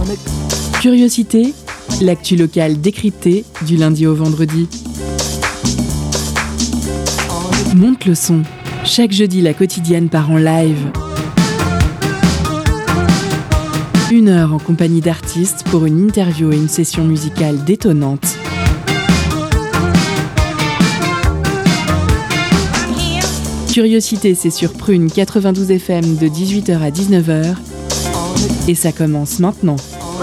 Curiosité, l'actu locale décryptée du lundi au vendredi. Monte le son. Chaque jeudi, la quotidienne part en live. 1 heure en compagnie d'artistes pour une interview et une session musicale détonnante. Curiosité, c'est sur Prune 92 FM de 18h à 19h. Et ça commence maintenant.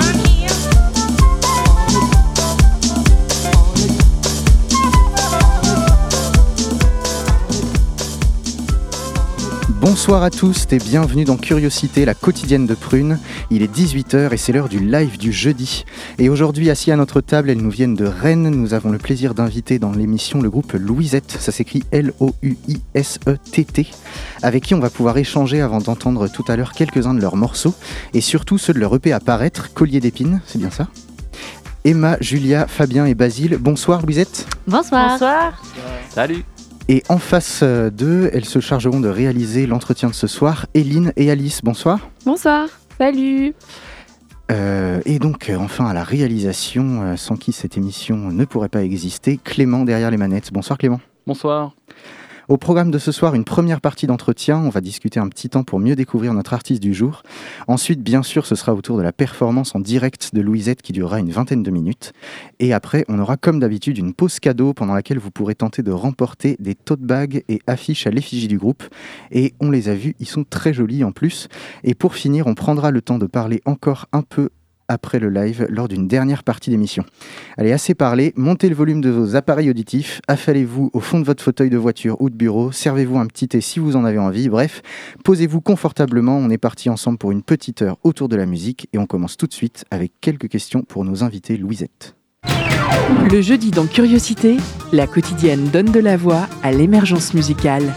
Bonsoir à tous et bienvenue dans Curiosité, la quotidienne de Prune. Il est 18h et c'est l'heure du live du jeudi. Et aujourd'hui, assis à notre table, elles nous viennent de Rennes. Nous avons le plaisir d'inviter dans l'émission le groupe Louisette, ça s'écrit L-O-U-I-S-E-T-T, avec qui on va pouvoir échanger avant d'entendre tout à l'heure quelques-uns de leurs morceaux et surtout ceux de leur EP à paraître, Collier d'épines, c'est bien ça ? Emma, Julia, Fabien et Basile. Bonsoir Louisette. Bonsoir. Bonsoir. Salut. Et en face d'eux, elles se chargeront de réaliser l'entretien de ce soir, Éline et Alice. Bonsoir. Bonsoir. Salut. Et donc, enfin, à la réalisation, sans qui cette émission ne pourrait pas exister, Clément derrière les manettes. Bonsoir Clément. Bonsoir. Au programme de ce soir, une première partie d'entretien. On va discuter un petit temps pour mieux découvrir notre artiste du jour. Ensuite, bien sûr, ce sera autour de la performance en direct de Louisette qui durera une vingtaine de minutes. Et après, on aura comme d'habitude une pause cadeau pendant laquelle vous pourrez tenter de remporter des tote bags et affiches à l'effigie du groupe. Et on les a vus, ils sont très jolis en plus. Et pour finir, on prendra le temps de parler encore un peu après le live, lors d'une dernière partie d'émission. Allez, assez parlé, montez le volume de vos appareils auditifs, affalez-vous au fond de votre fauteuil de voiture ou de bureau, servez-vous un petit thé si vous en avez envie, bref, posez-vous confortablement, on est parti ensemble pour une petite heure autour de la musique et on commence tout de suite avec quelques questions pour nos invités Louisette. Le jeudi dans Curiosité, la quotidienne donne de la voix à l'émergence musicale.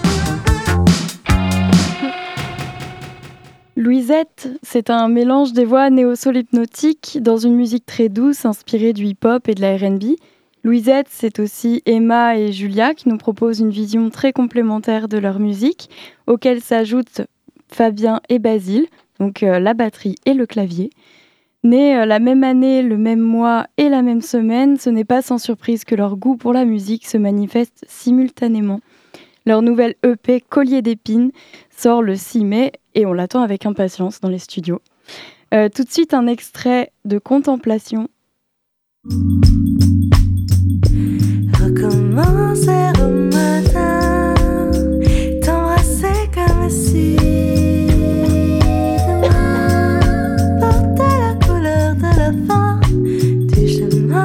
Louisette, c'est un mélange des voix néo-soul hypnotiques dans une musique très douce inspirée du hip-hop et de la R&B. Louisette, c'est aussi Emma et Julia qui nous proposent une vision très complémentaire de leur musique, auxquelles s'ajoutent Fabien et Basile, donc la batterie et le clavier. Nés la même année, le même mois et la même semaine, ce n'est pas sans surprise que leur goût pour la musique se manifeste simultanément. Leur nouvelle EP Collier d'épines sort le 6 mai et on l'attend avec impatience dans les studios. Tout de suite, un extrait de Contemplation. Recommencer au matin, t'embrasser comme si demain portait la couleur de la fin du chemin.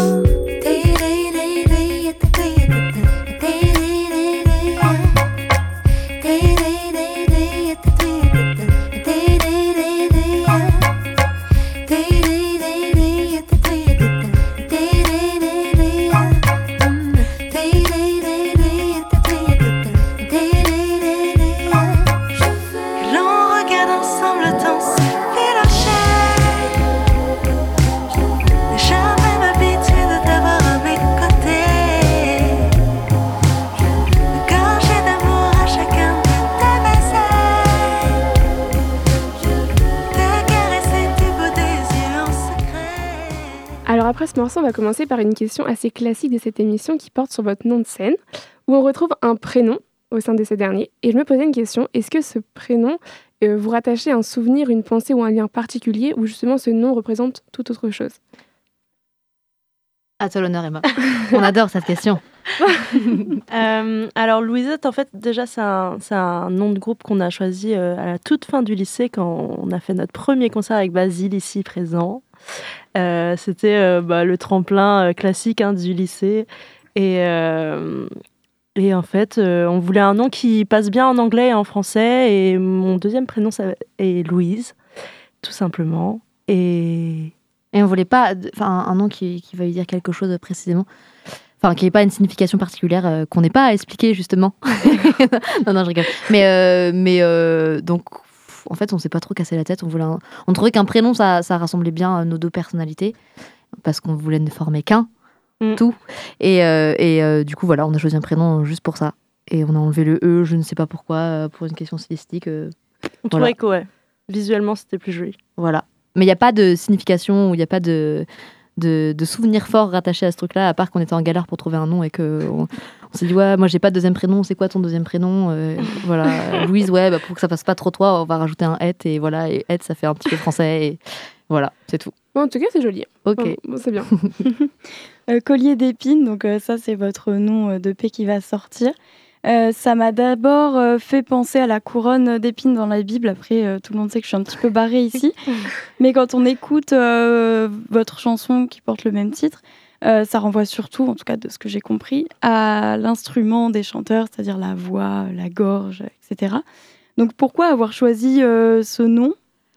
Après ce morceau, on va commencer par une question assez classique de cette émission qui porte sur votre nom de scène, où on retrouve un prénom au sein de ce dernier. Et je me posais une question, est-ce que ce prénom vous rattachez à un souvenir, une pensée ou un lien particulier, ou justement ce nom représente toute autre chose ? À toi l'honneur, Emma. On adore cette question. Alors Louisette, en fait, déjà c'est un nom de groupe qu'on a choisi à la toute fin du lycée quand on a fait notre premier concert avec Basile ici présent. C'était le tremplin classique du lycée et en fait on voulait un nom qui passe bien en anglais et en français et mon deuxième prénom est Louise tout simplement et on voulait pas un nom qui veuille dire quelque chose précisément, enfin qui n'ait pas une signification particulière qu'on n'ait pas à expliquer justement. non je rigole mais donc en fait, on s'est pas trop cassé la tête. On trouvait qu'un prénom, ça rassemblait bien nos deux personnalités, parce qu'on voulait ne former qu'un, tout. Et du coup, voilà, on a choisi un prénom juste pour ça. Et on a enlevé le E, je ne sais pas pourquoi, pour une question stylistique. On trouvait que, visuellement, c'était plus joli. Voilà. Mais il n'y a pas de signification ou il n'y a pas de souvenirs forts rattachés à ce truc-là, à part qu'on était en galère pour trouver un nom et qu'on on s'est dit, ouais, moi j'ai pas de deuxième prénom, c'est quoi ton deuxième prénom Voilà, Louise, ouais, pour que ça fasse pas trop toi, on va rajouter un et, et voilà, et ça fait un petit peu français, et voilà, c'est tout. Bon, en tout cas, c'est joli. Ok. Bon, c'est bien. Collier d'épines, donc ça c'est votre nom d'EP qui va sortir. Ça m'a d'abord fait penser à la couronne d'épines dans la Bible. Après, tout le monde sait que je suis un petit peu barrée ici. Mais quand on écoute votre chanson qui porte le même titre, ça renvoie surtout, en tout cas de ce que j'ai compris, à l'instrument des chanteurs, c'est-à-dire la voix, la gorge, etc. Donc pourquoi avoir choisi ce nom ?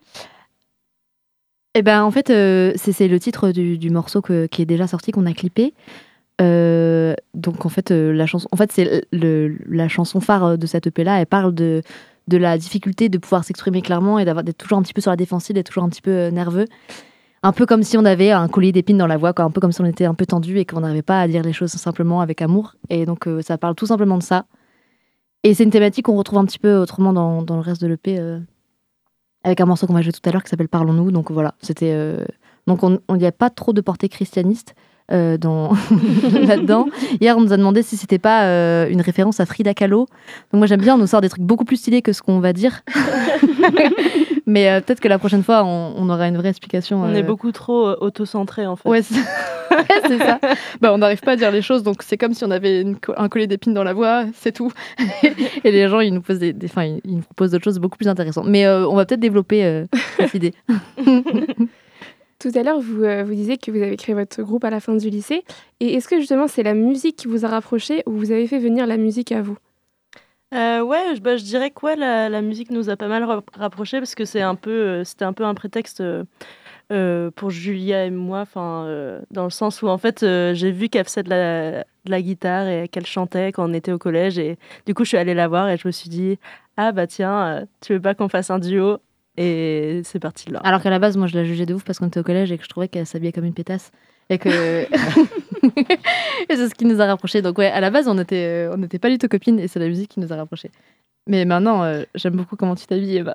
Eh ben, en fait, c'est le titre du morceau qui est déjà sorti, qu'on a clippé. Donc en fait, la chanson, c'est la chanson phare de cette EP là. Elle parle de la difficulté de pouvoir s'exprimer clairement et d'être toujours un petit peu sur la défensive, d'être toujours un petit peu nerveux, un peu comme si on avait un collier d'épines dans la voix, quoi. Un peu comme si on était un peu tendu et qu'on n'arrivait pas à dire les choses simplement avec amour. Et donc ça parle tout simplement de ça. Et c'est une thématique qu'on retrouve un petit peu autrement dans le reste de l'EP, avec un morceau qu'on va jouer tout à l'heure qui s'appelle Parlons-nous. Donc voilà, c'était donc on n'y a pas trop de portée christianiste là-dedans. Hier, on nous a demandé si c'était pas une référence à Frida Kahlo. Donc moi, j'aime bien, on nous sort des trucs beaucoup plus stylés que ce qu'on va dire. Mais peut-être que la prochaine fois, on aura une vraie explication. On est beaucoup trop auto-centré, en fait. Ouais, c'est ça. On n'arrive pas à dire les choses, donc c'est comme si on avait un collier d'épines dans la voix, c'est tout. Et les gens, ils nous posent ils nous proposent d'autres choses beaucoup plus intéressantes. Mais on va peut-être développer cette idée. Tout à l'heure, vous disiez que vous avez créé votre groupe à la fin du lycée. Et est-ce que justement c'est la musique qui vous a rapprochés ou vous avez fait venir la musique à vous ? Ouais, je dirais que ouais, la musique nous a pas mal rapprochés parce que c'était un peu un prétexte pour Julia et moi, dans le sens où en fait j'ai vu qu'elle faisait de la guitare et qu'elle chantait quand on était au collège et du coup je suis allée la voir et je me suis dit ah bah tiens, tu veux pas qu'on fasse un duo ? Et c'est parti de là. Alors qu'à la base, moi, je la jugeais de ouf parce qu'on était au collège et que je trouvais qu'elle s'habillait comme une pétasse. Et que... et c'est ce qui nous a rapprochés. Donc ouais, à la base, on n'était pas du tout copines et c'est la musique qui nous a rapprochés. Mais maintenant, j'aime beaucoup comment tu t'habilles, Eva.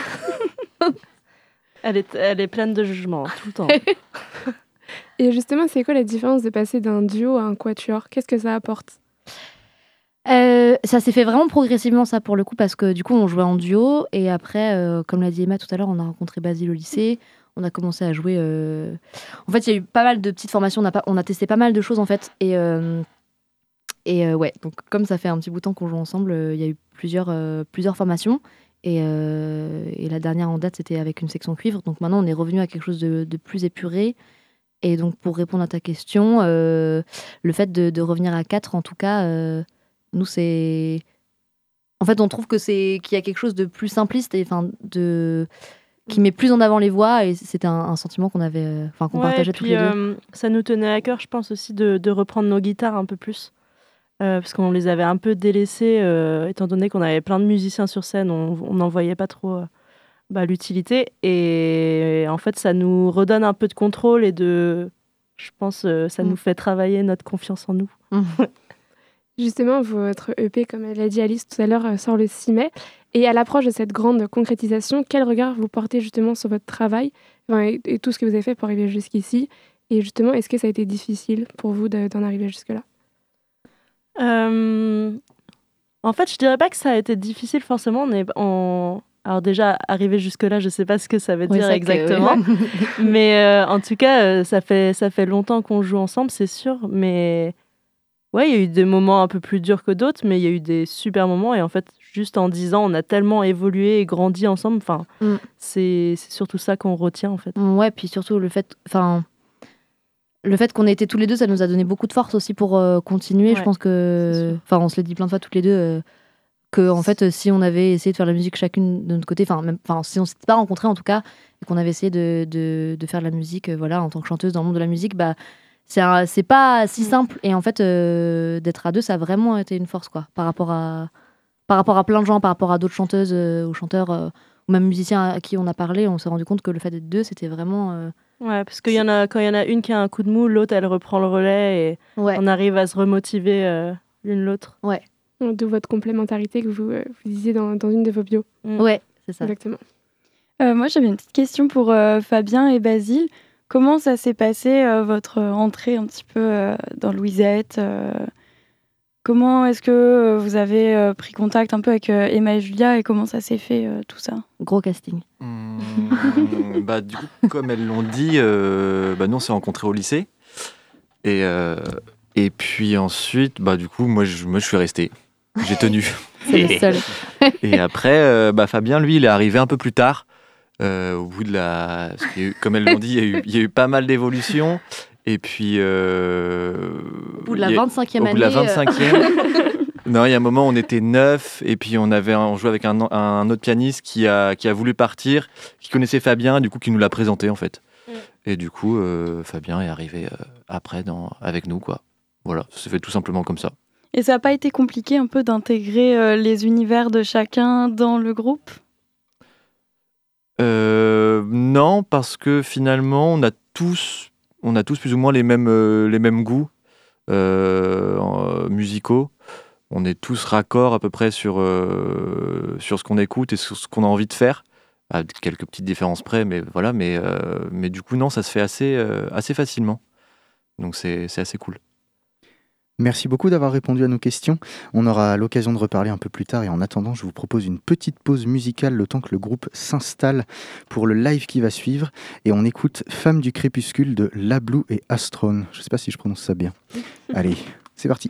Elle est pleine de jugement, tout le temps. Et justement, c'est quoi la différence de passer d'un duo à un quatuor ? Qu'est-ce que ça apporte ? Ça s'est fait vraiment progressivement, ça, pour le coup, parce que du coup, on jouait en duo. Et après, comme l'a dit Emma tout à l'heure, on a rencontré Basile au lycée. On a commencé à jouer. En fait, il y a eu pas mal de petites formations. On a testé pas mal de choses, en fait. Et ouais, donc comme ça fait un petit bout de temps qu'on joue ensemble, il y a eu plusieurs formations. Et la dernière en date, c'était avec une section cuivre. Donc maintenant, on est revenu à quelque chose de plus épuré. Et donc, pour répondre à ta question, le fait de revenir à 4, en tout cas... nous, c'est... En fait, on trouve qu'il y a quelque chose de plus simpliste et qui met plus en avant les voix et c'était un sentiment qu'on avait, qu'on partageait tous les deux. Ça nous tenait à cœur, je pense aussi, de reprendre nos guitares un peu plus. Parce qu'on les avait un peu délaissées, étant donné qu'on avait plein de musiciens sur scène, on n'en voyait pas trop l'utilité. Et en fait, ça nous redonne un peu de contrôle et je pense, ça nous fait travailler notre confiance en nous. Justement, votre EP, comme elle l'a dit Alice tout à l'heure, sort le 6 mai. Et à l'approche de cette grande concrétisation, quel regard vous portez justement sur votre travail et tout ce que vous avez fait pour arriver jusqu'ici ? Et justement, est-ce que ça a été difficile pour vous d'en arriver jusque-là ? En fait, je dirais pas que ça a été difficile forcément. Alors déjà, arriver jusque-là, je sais pas ce que ça veut dire exactement. Mais en tout cas, ça fait longtemps qu'on joue ensemble, c'est sûr. Mais... ouais, il y a eu des moments un peu plus durs que d'autres, mais il y a eu des super moments. Et en fait, juste en 10 ans, on a tellement évolué et grandi ensemble. C'est surtout ça qu'on retient, en fait. Ouais, puis surtout le fait qu'on ait été tous les deux, ça nous a donné beaucoup de force aussi pour continuer. Ouais, je pense que... on se l'est dit plein de fois toutes les deux, que en fait, si on avait essayé de faire la musique chacune de notre côté, si on s'était pas rencontrés en tout cas, et qu'on avait essayé de faire de la musique en tant que chanteuse dans le monde de la musique, c'est pas si simple et en fait d'être à deux ça a vraiment été une force par rapport à plein de gens, par rapport à d'autres chanteuses ou chanteurs ou même musiciens à qui on a parlé, on s'est rendu compte que le fait d'être deux c'était vraiment ouais, parce qu'il y en a, quand il y en a une qui a un coup de mou, l'autre elle reprend le relais et on arrive à se remotiver l'une l'autre. Ouais. De votre complémentarité que vous disiez dans une de vos bios. Ouais, c'est ça. Exactement. Moi, j'avais une petite question pour Fabien et Basile. Comment ça s'est passé, votre entrée un petit peu dans Louisette Comment est-ce que vous avez pris contact un peu avec Emma et Julia et comment ça s'est fait tout ça? Gros casting. Du coup, comme elles l'ont dit, nous on s'est rencontrés au lycée. Et puis ensuite, du coup, moi je suis resté. J'ai tenu. C'est le seul. Et après, Fabien, lui, il est arrivé un peu plus tard. Au bout de la... Parce qu'il y a eu, comme elles l'ont dit, il y a eu pas mal d'évolutions. Et puis... Au bout de la 25e année... Au bout de la 25e... Non, il y a un moment, on était 9, et puis on jouait avec un autre pianiste qui a voulu partir, qui connaissait Fabien, du coup, qui nous l'a présenté, en fait. Et du coup, Fabien est arrivé après avec nous, quoi. Voilà, ça s'est fait tout simplement comme ça. Et ça n'a pas été compliqué un peu d'intégrer les univers de chacun dans le groupe? Non, parce que finalement, on a tous plus ou moins les mêmes goûts musicaux. On est tous raccords à peu près sur ce qu'on écoute et sur ce qu'on a envie de faire, à quelques petites différences près, mais voilà. Mais du coup, non, ça se fait assez facilement. Donc c'est assez cool. Merci beaucoup d'avoir répondu à nos questions. On aura l'occasion de reparler un peu plus tard et en attendant, je vous propose une petite pause musicale le temps que le groupe s'installe pour le live qui va suivre. Et on écoute Femme du crépuscule de La Blue et Astrone. Je ne sais pas si je prononce ça bien. Allez, c'est parti.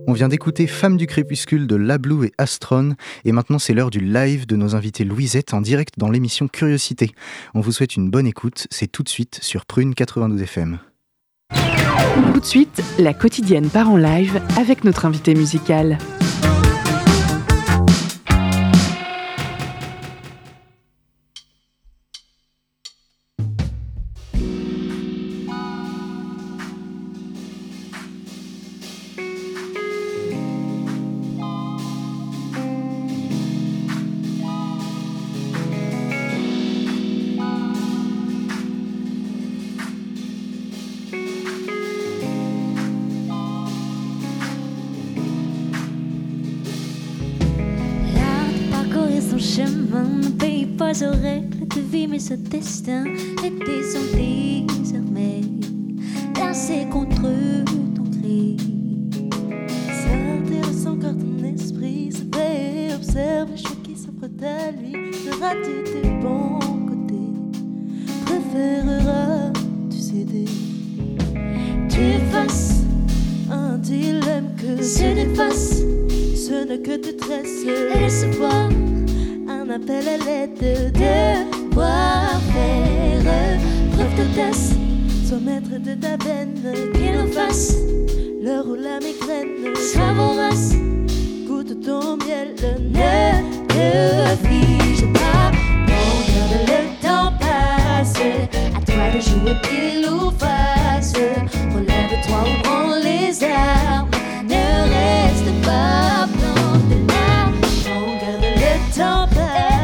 On vient d'écouter Femme du crépuscule de La Blue et Astron, et maintenant c'est l'heure du live de nos invités Louisette en direct dans l'émission Curiosité. On vous souhaite une bonne écoute, c'est tout de suite sur Prune 92 FM. Tout de suite, la quotidienne part en live avec notre invité musical. Aux règles de vie, mais ce destin était sans désormais lancé contre ton cri. Sortir de son corps, ton esprit se fait, observe les choix qui s'offrent à lui. Sera-t-il du bon côté? Préféreras-tu céder? Tu effaces un dilemme que se déface. Ce n'est que détresse et recevoir un appel à l'aide, devoir faire preuve d'audace. Sois maître de ta peine, qu'il en fasse l'heure où la migraine. Sois vorace, goûte ton miel, ne te fige pas. Regarde le temps passe, à toi de jouer pile ou face. Relève-toi ou prends les armes, ne reste pas planté là. Regarde le temps passe.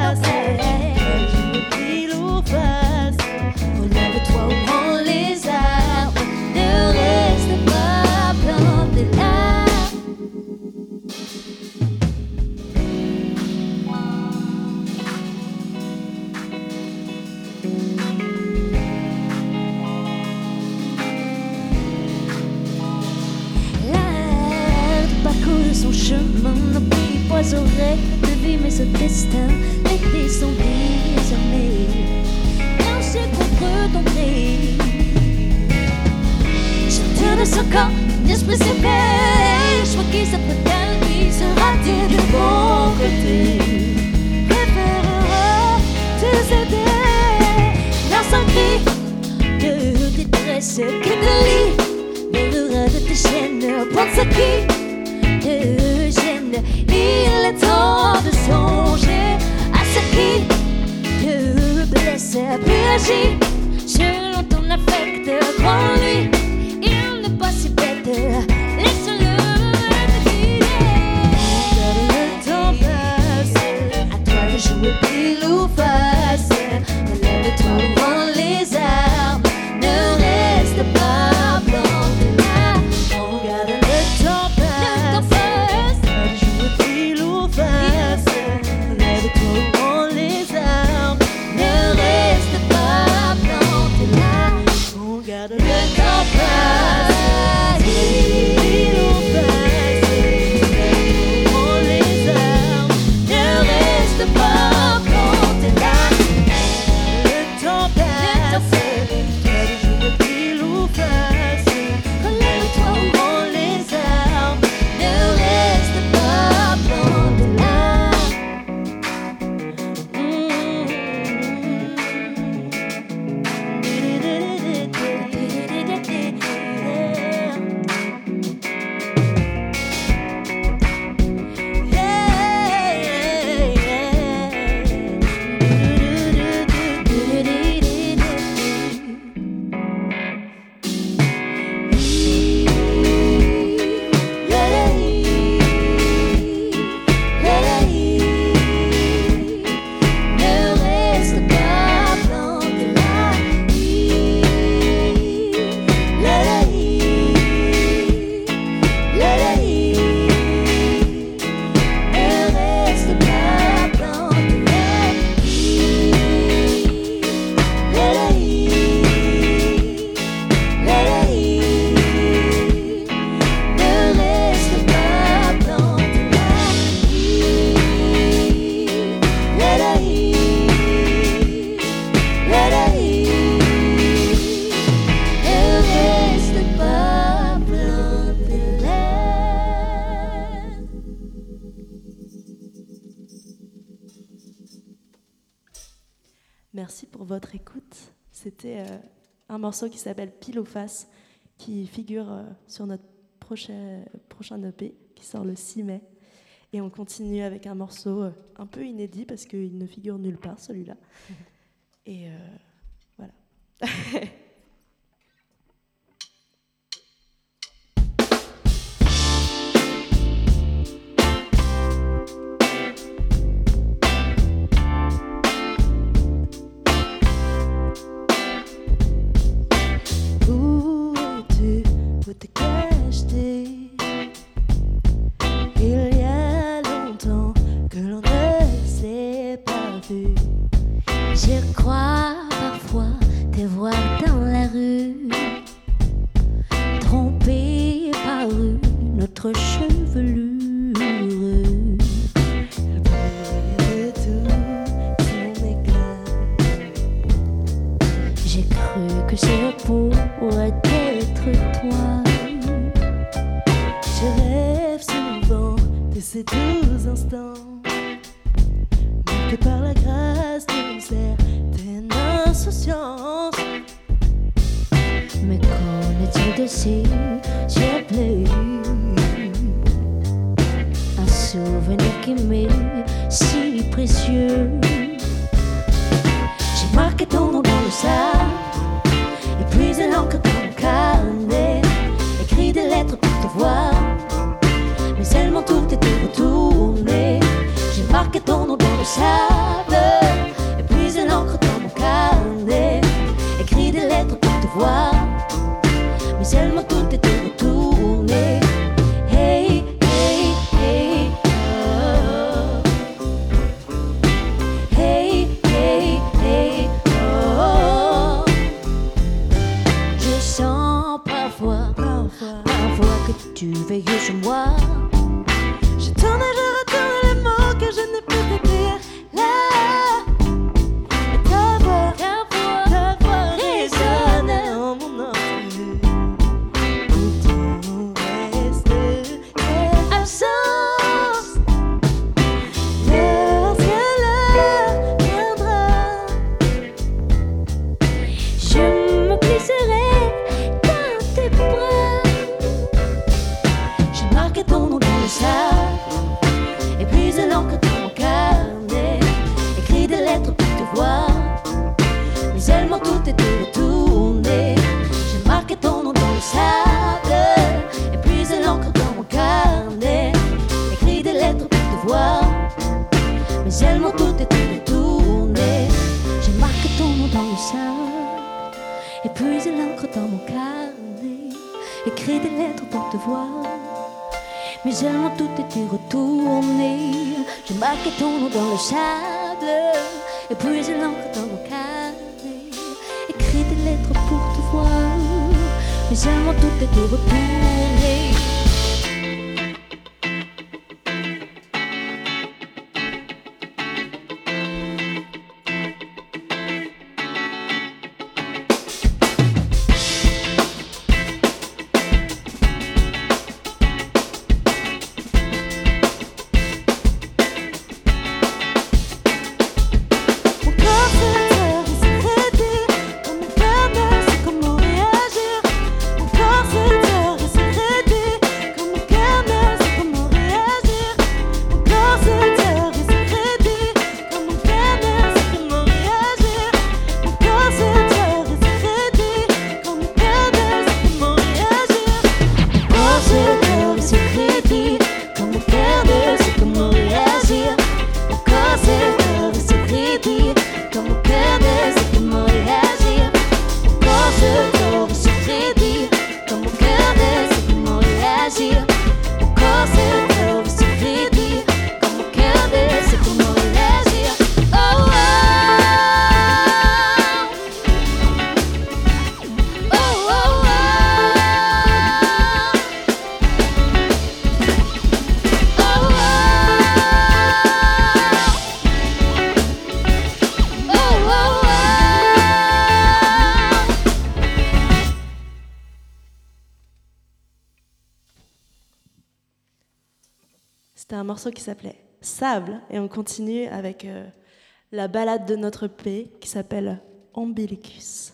Aux règles de vie, mais ce destin, les dés sont désormais lancés contre ton gré. Sortir de son corps, un esprit s'éveille. Je crois qu'il s'apprête à lui. Sera-t-il du bon côté? Préféreras-tu céder? Lance un cri de détresse qui te lie, verra de tes chaînes, prendre ce qui te gêne. Il est temps de songer à ce qui te blesse. Puis agis selon ton affect. Crois en lui, il n'est pas si bête. Laisse-le te guider. Regarde le temps passe, à toi de jouer pile ou face. Relève-toi ou prends les armes, ne reste pas planté là. Regarde le temps passe. Le temps passe. Merci pour votre écoute. C'était un morceau qui s'appelle Pile ou Face, qui figure sur notre prochain EP qui sort le 6 mai. Et on continue avec un morceau un peu inédit parce qu'il ne figure nulle part, celui-là. Et voilà. Où es-tu? Où t'es caché? Il y a longtemps que l'on ne s'est pas vu. Je crois parfois te voir dans la rue, trompé par une autre chevelure. Elle brille de tout son éclat. J'ai cru que ce pourrait être toi. Je rêve souvent de ces doux instants, marqués par la grâce d'une certaine insouciance. Mais qu'en est-il de ces yeux bleus? Un souvenir qui m'est si précieux. J'ai marqué ton nom dans le sable, épuisé l'encre dans mon carnet, écrit des lettres pour te voir, mais seulement tout était retourné. J'ai marqué ton nom dans le sable, épuisé l'encre dans mon carnet, écrit des lettres pour te voir, mais seulement tout était retourné. Hey, hey, hey, oh. Hey, hey, hey, oh. Je sens parfois que tu veilles sur moi. Je tourne et je retourne les mots que je n'ai pu t'écrire là. Et ta voix résonne en mon oreille. Tout reste absence. Lorsque l'heure viendra, je me glisserai dans tes bras. J'ai marqué ton nom dans le sable, épuisé l'encre dans mon carnet, écrit des lettres pour te voir, mais seulement tout était retourné. J'ai marqué ton nom dans le sable, épuisé l'encre dans mon carnet, écrit des lettres pour te voir, mais seulement tout était retourné. J'ai marqué ton nom dans le sable, épuisé l'encre dans mon carnet, écrit des lettres pour te voir, mais seulement tout était retourné. J'ai marqué ton nom dans le sable, épuisé l'encre dans mon carnet, écrit des lettres pour te voir, mais seulement tout était retourné. Mon corps se serre et se réduit, quand mon cœur ne sait comment réagir. Mon corps se serre et se réduit, quand mon cœur ne sait comment réagir. Mon corps se serre et se réduit, quand mon cœur ne sait comment réagir. Mon corps se serre et se réduit, quand mon cœur ne sait comment réagir. Mon corps se serre et se réduit, quand mon cœur ne sait comment réagir. Mon corps se serre et se réduit, quand mon cœur ne sait comment réagir. Mon corps se serre et se réduit, quand mon cœur ne sait comment réagir. Mon corps se serre et se réduit, quand mon cœur ne sait comment réagir. Oh, oh. Oh, oh, oh. Oh, oh. C'était un morceau qui s'appelait Sable et on continue avec la ballade de notre paix qui s'appelle Umbilicus.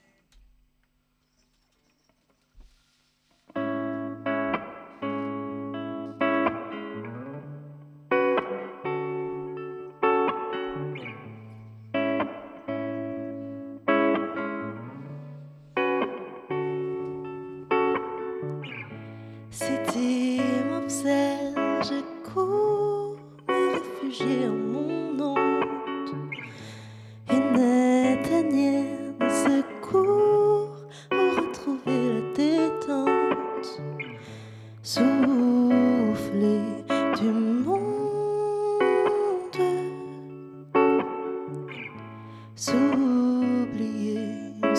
Si tu m'observes, je cours me réfugier en mon onde. Une éteignère de secours pour retrouver la détente. Souffler du monde, s'oublier une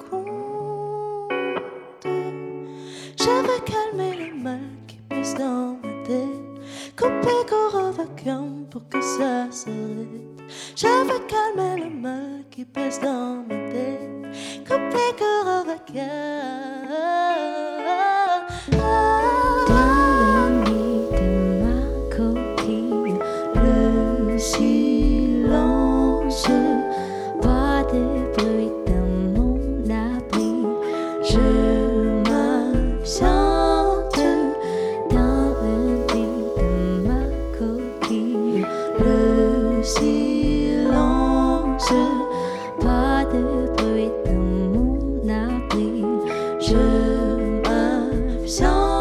seconde. Je veux calmer le mal qui pèse dans ma tête, couper corps vacant pour que ça s'arrête. Je veux calmer le mal qui pèse dans ma tête, couper corps vacant. Dans le nid de ma coquille, le silence, pas de bruit dans mon abri. Je m'absente dans le nid de ma coquille, le silence, pas de bruit dans mon abri. Je m'absente.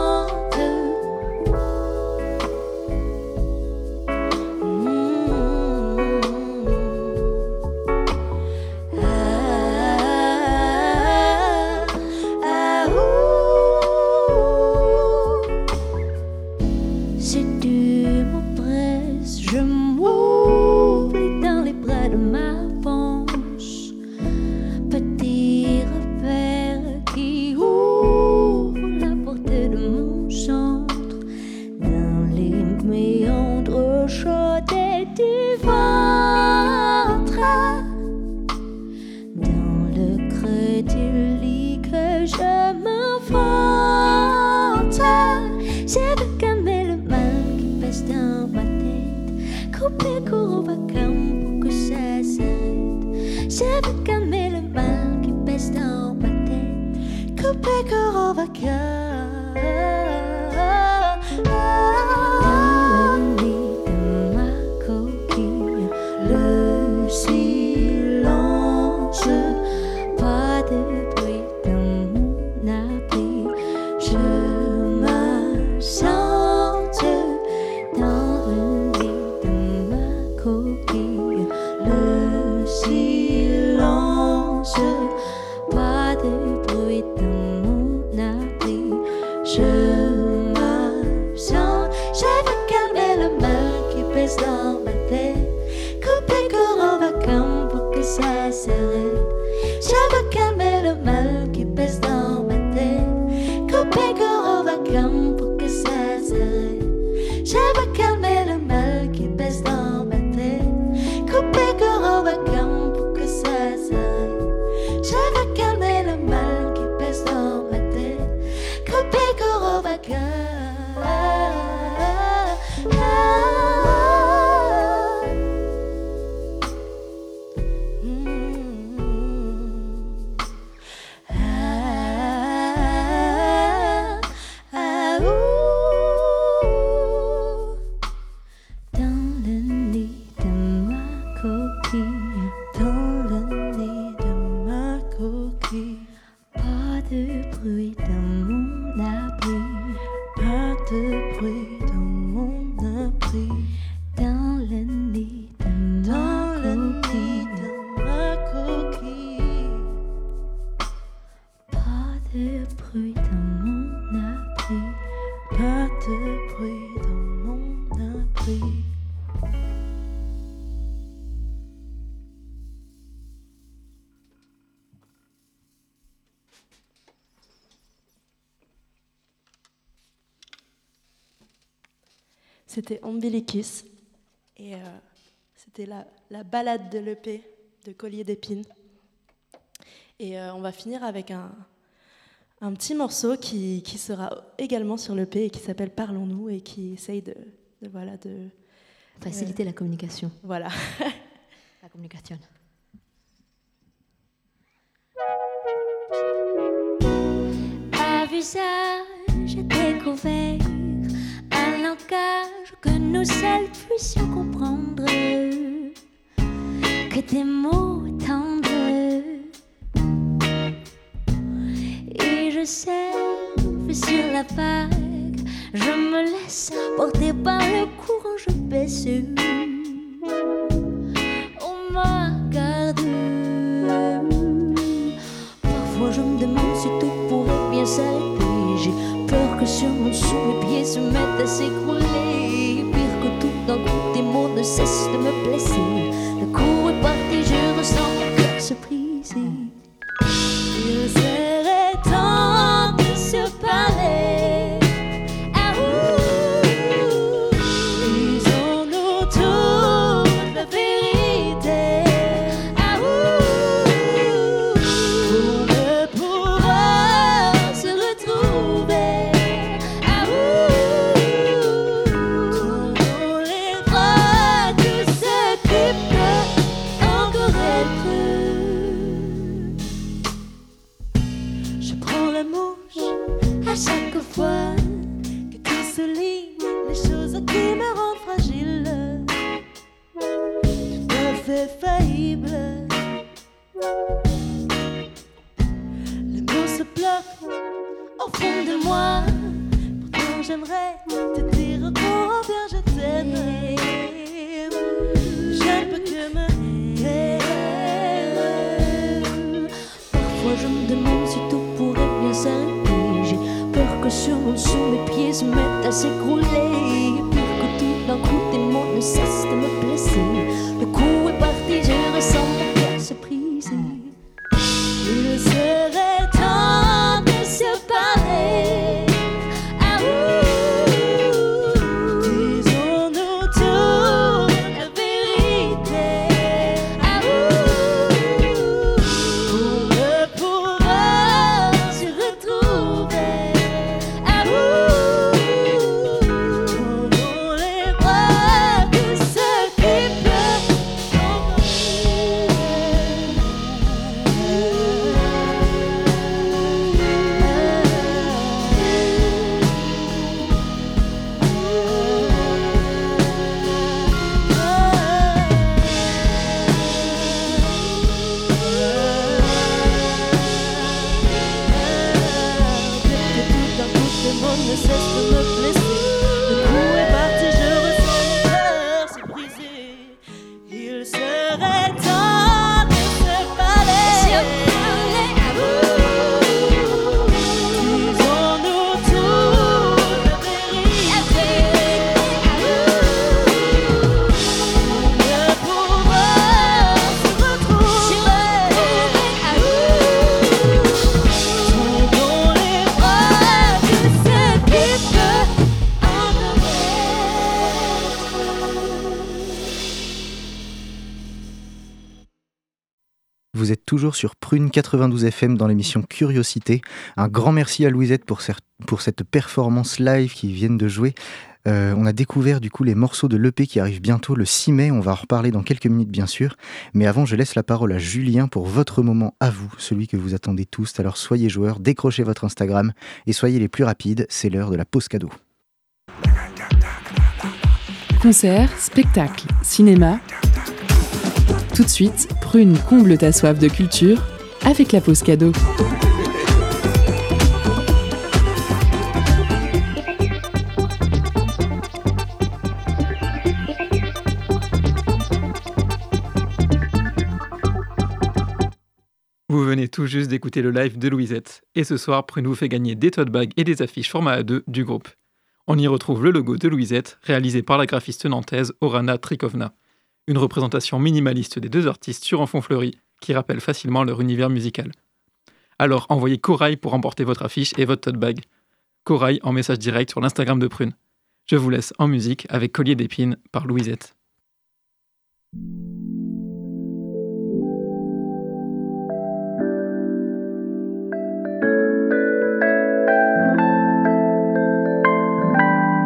Si tu m'oppresses, je m'oublie dans les bras de ma panse. Petit repère qui ouvre la porte de mon centre, dans les méandres chauds du ventre, dans le creux du lit que je m'invente. Je veux calmer le mal qui pèse dans ma tête, couper court au vacant pour que ça s'arrête. Je veux calmer le mal qui pèse dans ma tête, couper court au vacant. Dans le nid de ma coquille, le silence, pas de bruit dans mon abri. Je m'absente dans le nid de ma coquille, le silence, pas de bruit dans mon abri. Je m'absente. Je veux calmer le mal qui pèse dans ma tête, couper court au vacant pour que ça s'arrête. Je veux calmer le mal qui pèse dans ma tête, couper court au vacant pour que ça s'arrête. Je veux calmer le mal qui pèse dans ma tête, couper court au vacant pour que ça s'arrête. Je veux calmer le mal qui pèse dans ma tête, couper court au vacant. Dans le nid de ma coquille, dans le nid de ma coquille, pas de bruit dans mon abri, pas de bruit dans mon abri. Dans le nid de ma coquille, pas de bruit dans mon abri, pas de bruit dans mon abri. C'était Umbilicus et c'était la ballade de l'EP de Collier d'Épines. Et on va finir avec un petit morceau qui sera également sur l'EP et qui s'appelle Parlons-nous et qui essaye de faciliter la communication. Voilà. La communication. À visage découvert, un langage que nous seuls puissions comprendre, que des mots tendres. Et je s'élève sur la vague, je me laisse porter par le courant, je baisse. Oh ma garde, parfois je me demande si tout pourrait bien s'arrêter. J'ai peur que sur mon sous mes pieds se mettent à s'écrouler. Pire que tout, d'un coup tes mots ne cessent de me blesser. Le coup est parti, je ressens mon cœur se briser. Il serait temps de se parler. Ah ouh, disons-nous toute la vérité. Ah ouh, pour ne pouvoir se retrouver. Ah ouh, tournons les bras de ce qui peut encore être. Je prends la mouche à chaque fois que tout se lit, les choses qui me rendent fragile, tout à fait faillible. Les mots se bloquent au fond de moi, pourtant j'aimerais te dire encore combien je t'aime. Je ne peux que me taire. Parfois je me demande si tout pourrait bien s'arrêter. J'ai peur que sur mon dessous mes pieds se mettent à s'écrouler. Pire que tout, d'un coup tes mots ne cessent de me blesser. Le coup est parti, je ressens mon cœur se briser. Il serait temps de se parler. Ah ouh, disons-nous toute la vérité. Ah ouh, pour ne pouvoir se retrouver. Ah ouh, tournons les bras de ce qui peut encore ne cesse de me blesser. Le coup est parti, je ressens mon cœur se briser. Il serait temps de se parler. Disons-nous toute la vérité. Pour ne pouvoir se retrouver. Tournons les bras de ce qui peut encore être. Vous êtes toujours sur Prune 92 FM dans l'émission Curiosité. Un grand merci à Louisette pour cette performance live qu'ils viennent de jouer. On a découvert du coup les morceaux de l'EP qui arrivent bientôt le 6 mai. On va en reparler dans quelques minutes bien sûr. Mais avant, je laisse la parole à Julien pour votre moment à vous, celui que vous attendez tous. Alors soyez joueurs, décrochez votre Instagram et soyez les plus rapides. C'est l'heure de la pause cadeau. Concert, spectacle, cinéma. Tout de suite, Prune comble ta soif de culture avec la pause cadeau. Vous venez tout juste d'écouter le live de Louisette. Et ce soir, Prune vous fait gagner des tote bags et des affiches format A2 du groupe. On y retrouve le logo de Louisette, réalisé par la graphiste nantaise Orana Trikovna. Une représentation minimaliste des deux artistes sur un fond fleuri qui rappelle facilement leur univers musical. Alors envoyez Corail pour remporter votre affiche et votre tote bag. Corail en message direct sur l'Instagram de Prune. Je vous laisse en musique avec Collier d'épines par Louisette.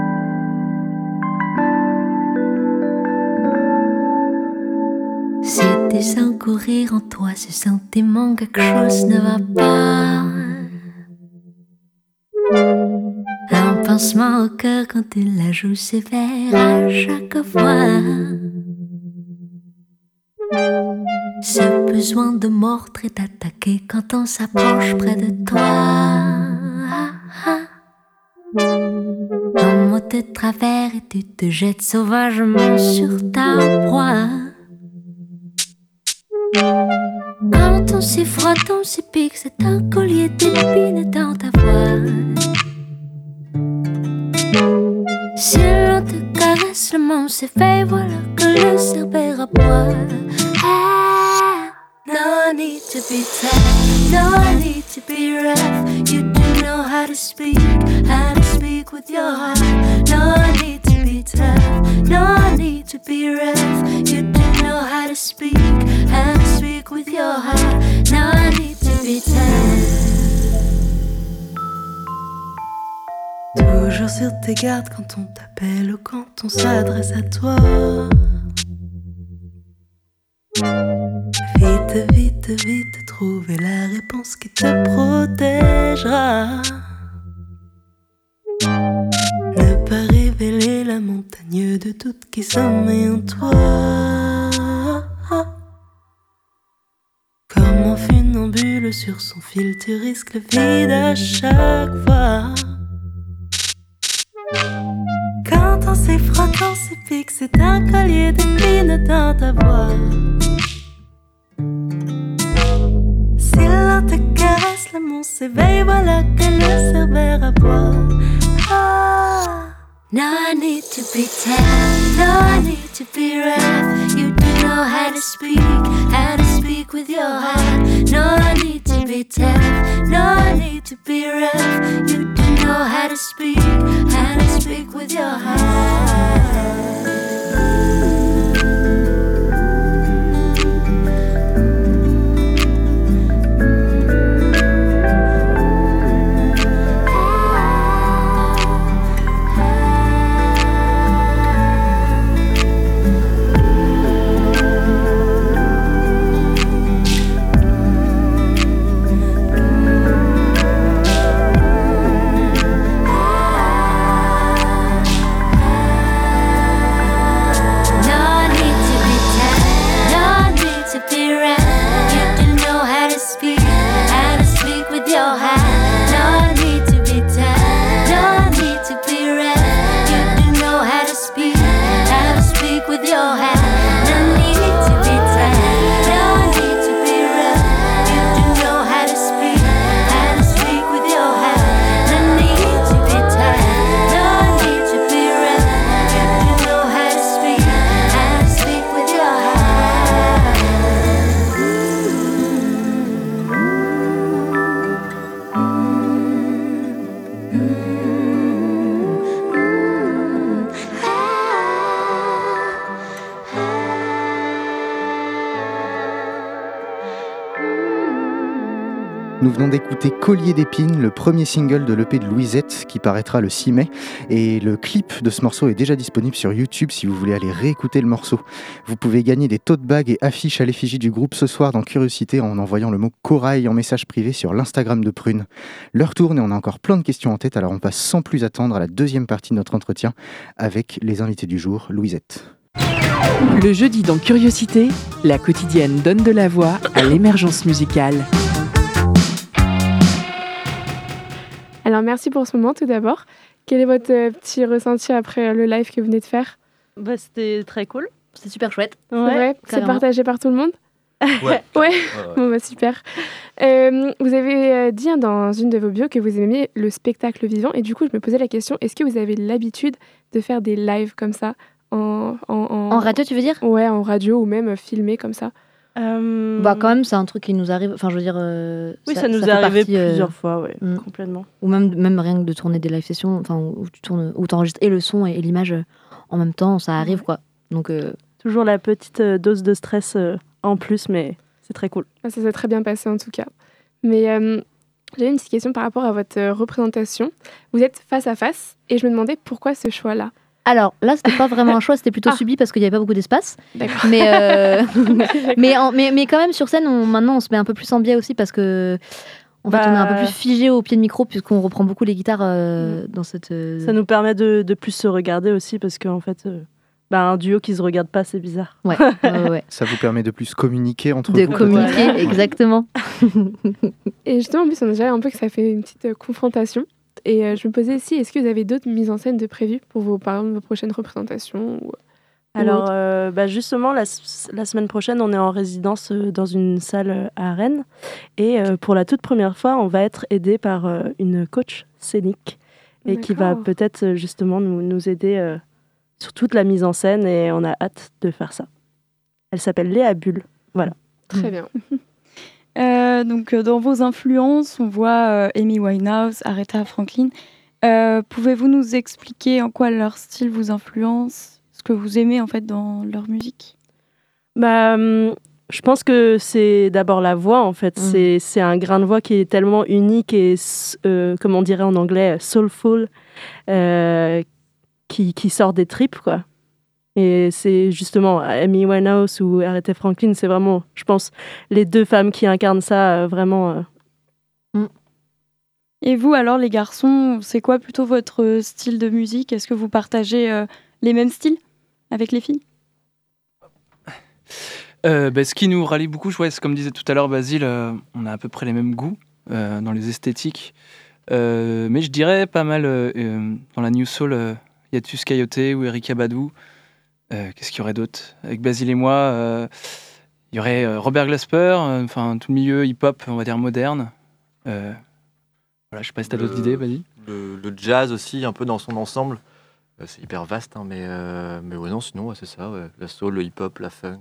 C'est nourrir en toi ce sentiment que quelque chose ne va pas. Un pincement au cœur quand il la joue sévère à chaque fois. Ce besoin de mordre et d'attaquer quand on s'approche près de toi. Un mot de travers et tu te jettes sauvagement sur ta proie. Quand on s'y frotte, on s'y pique, c'est un collier d'épines dans ta voix. Si l'on te caresse, le monde s'éveille, voilà que le cerbère aboie. No need to be tough, no need to be rough. You do know how to speak with your heart. No need to be tough, no need to be rough. You do know how to speak with your heart. No need to be tough. Toujours sur tes gardes quand on t'appelle ou quand on s'adresse à toi. Vite, vite, vite, trouver la réponse qui te protégera. Ne pas révéler la montagne de doute qui sommeille en toi. Comme un funambule sur son fil, tu risques le vide à chaque fois. Quand on s'effrotte, on s'épique, c'est un collier d'épines dans ta voix. Si l'on te caresse, le monde s'éveille, voilà que le cerbère aboie. No need to be tough, no need to be rough. You do know how to speak with your heart. No need to be tough, no need to be rough. You do know how to speak with your heart. Nous venons d'écouter Collier d'épines, le premier single de l'EP de Louisette qui paraîtra le 6 mai. Et le clip de ce morceau est déjà disponible sur YouTube si vous voulez aller réécouter le morceau. Vous pouvez gagner des tote bags et affiches à l'effigie du groupe ce soir dans Curiosité en envoyant le mot Corail en message privé sur l'Instagram de Prune. L'heure tourne et on a encore plein de questions en tête, alors on passe sans plus attendre à la deuxième partie de notre entretien avec les invités du jour, Louisette. Le jeudi dans Curiosité, la quotidienne donne de la voix à l'émergence musicale. Alors merci pour ce moment tout d'abord. Quel est votre petit ressenti après le live que vous venez de faire ? C'était très cool. C'est super chouette. C'est vrai, c'est partagé par tout le monde ? Ouais. Bon bah super. Vous avez dit dans une de vos bios que vous aimiez le spectacle vivant et du coup je me posais la question, est-ce que vous avez l'habitude de faire des lives comme ça en radio, tu veux dire ? Ouais, en radio ou même filmé comme ça. Bah quand même, c'est un truc qui nous arrive. Enfin, je veux dire. Oui, ça nous est arrivé plusieurs fois, ouais, complètement. Ou même rien que de tourner des live sessions, enfin où tu tournes, où t'enregistres et le son et l'image en même temps, ça arrive quoi. Donc toujours la petite dose de stress en plus, mais c'est très cool. Ça s'est très bien passé en tout cas. Mais j'avais une petite question par rapport à votre représentation. Vous êtes face à face et je me demandais pourquoi ce choix-là. Alors là, c'était pas vraiment un choix, c'était plutôt subi parce qu'il n'y avait pas beaucoup d'espace. D'accord. Mais quand même, sur scène, maintenant, on se met un peu plus en biais aussi parce que en fait, on est un peu plus figé au pied de micro puisqu'on reprend beaucoup les guitares dans cette. Ça nous permet de plus se regarder aussi parce qu'en fait, un duo qui se regarde pas, c'est bizarre. Ouais. Ça vous permet de plus communiquer entre vous. De communiquer, exactement. Et justement, en plus, on a déjà un peu que ça fait une petite confrontation. Et je me posais aussi, est-ce que vous avez d'autres mises en scène de prévues pour par exemple, vos prochaines représentations Alors, justement, la semaine prochaine, on est en résidence dans une salle à Rennes. Et pour la toute première fois, on va être aidé par une coach scénique et qui va peut-être justement nous aider sur toute la mise en scène. Et on a hâte de faire ça. Elle s'appelle Léa Bulle. Voilà. Très bien. Donc, dans vos influences, on voit Amy Winehouse, Aretha Franklin. Pouvez-vous nous expliquer en quoi leur style vous influence, ce que vous aimez en fait dans leur musique? Je pense que c'est d'abord la voix en fait. C'est un grain de voix qui est tellement unique et, comme on dirait en anglais, soulful, qui sort des tripes quoi. Et c'est justement Amy Winehouse ou Aretha Franklin, c'est vraiment, je pense, les deux femmes qui incarnent ça vraiment. Et vous alors, les garçons, c'est quoi plutôt votre style de musique? Est-ce que vous partagez les mêmes styles avec les filles? Ce qui nous rallie beaucoup, c'est comme disait tout à l'heure Basile, on a à peu près les mêmes goûts dans les esthétiques. Mais je dirais pas mal dans la New Soul, Yatus Coyote ou Erykah Badu. Qu'est-ce qu'il y aurait d'autre? Avec Basile et moi, il y aurait Robert Glasper, tout le milieu hip-hop, on va dire moderne. Voilà, je sais pas si t'as d'autres idées, Basile. Le jazz aussi, un peu dans son ensemble. C'est hyper vaste, hein, mais ouais, non, sinon, c'est ça. Ouais. La soul, le hip-hop, la funk.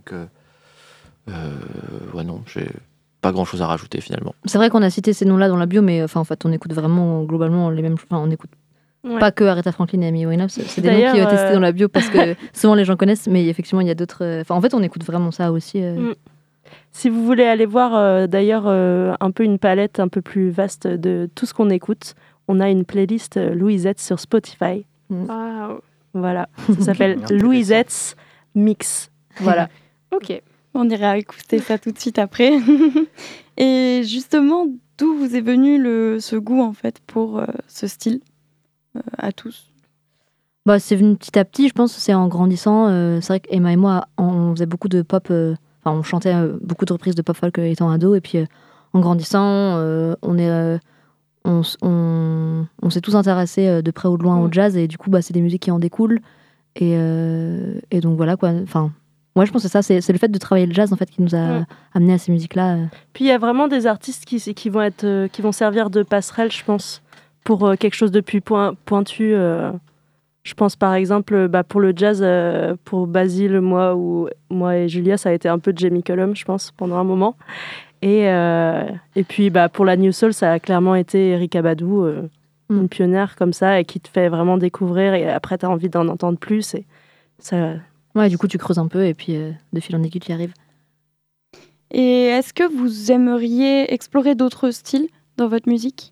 Non, j'ai pas grand-chose à rajouter finalement. C'est vrai qu'on a cité ces noms-là dans la bio, mais en fait, on écoute vraiment globalement les mêmes choses. On écoute pas que Aretha Franklin et Amy Winehouse. C'est des noms qui ont été cités dans la bio parce que souvent les gens connaissent, mais effectivement, il y a d'autres. En fait, on écoute vraiment ça aussi. Si vous voulez aller voir d'ailleurs un peu une palette un peu plus vaste de tout ce qu'on écoute, on a une playlist Louisette sur Spotify. Wow. Voilà, ça s'appelle Louisette's Mix. Voilà. Ok, on ira écouter ça tout de suite après. Et justement, d'où vous est venu ce goût en fait pour ce style à tous? C'est venu petit à petit, je pense. C'est en grandissant. C'est vrai qu'Emma et moi, on faisait beaucoup de pop. On chantait beaucoup de reprises de pop folk étant ado. Et puis en grandissant, on s'est tous intéressés de près ou de loin au jazz. Et du coup, c'est des musiques qui en découlent. Et donc voilà quoi. Moi, je pense que c'est ça, c'est le fait de travailler le jazz en fait qui nous a amené à ces musiques-là. Puis il y a vraiment des artistes qui vont servir de passerelle, je pense, pour quelque chose de plus pointu. Je pense par exemple, pour le jazz, pour Basile, moi et Julia, ça a été un peu Jamie Cullum, je pense, pendant un moment. Et puis pour la New Soul, ça a clairement été Erykah Badu, une pionnière comme ça, et qui te fait vraiment découvrir. Et après, tu as envie d'en entendre plus. Et ça. Ouais, du coup, tu creuses un peu et puis de fil en aiguille, tu y arrives. Et est-ce que vous aimeriez explorer d'autres styles dans votre musique?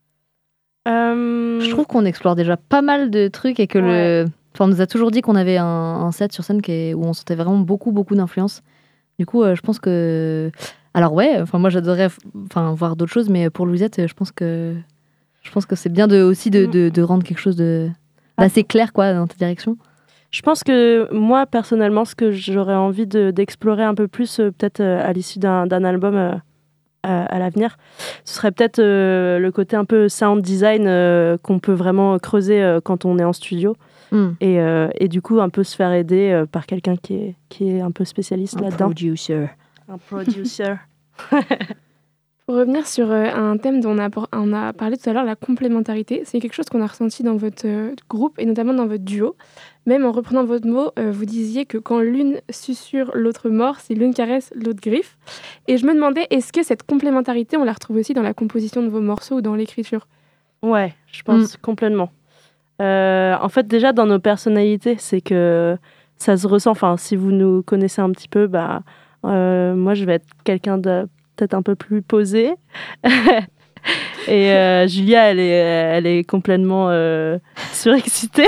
Je trouve qu'on explore déjà pas mal de trucs et que on nous a toujours dit qu'on avait un set sur scène où on sentait vraiment beaucoup d'influence. Du coup, je pense que... Alors moi j'adorerais voir d'autres choses, mais pour Louisette, je pense que c'est bien aussi de rendre quelque chose d'assez clair quoi, dans ta direction. Je pense que moi, personnellement, ce que j'aurais envie d'explorer un peu plus, peut-être à l'issue d'un album à l'avenir, ce serait peut-être le côté un peu sound design qu'on peut vraiment creuser quand on est en studio. Et du coup, un peu se faire aider par quelqu'un qui est un peu spécialiste là-dedans. Un producer. Pour revenir sur un thème dont on a parlé tout à l'heure, la complémentarité, c'est quelque chose qu'on a ressenti dans votre groupe et notamment dans votre duo. Même en reprenant votre mot, vous disiez que quand l'une susurre, l'autre mord, si l'une caresse, l'autre griffe. Et je me demandais, est-ce que cette complémentarité, on la retrouve aussi dans la composition de vos morceaux ou dans l'écriture? Ouais, je pense complètement. En fait, déjà dans nos personnalités, c'est que ça se ressent. Enfin, si vous nous connaissez un petit peu, moi je vais être quelqu'un de peut-être un peu plus posé. Et Julia, elle est complètement surexcitée.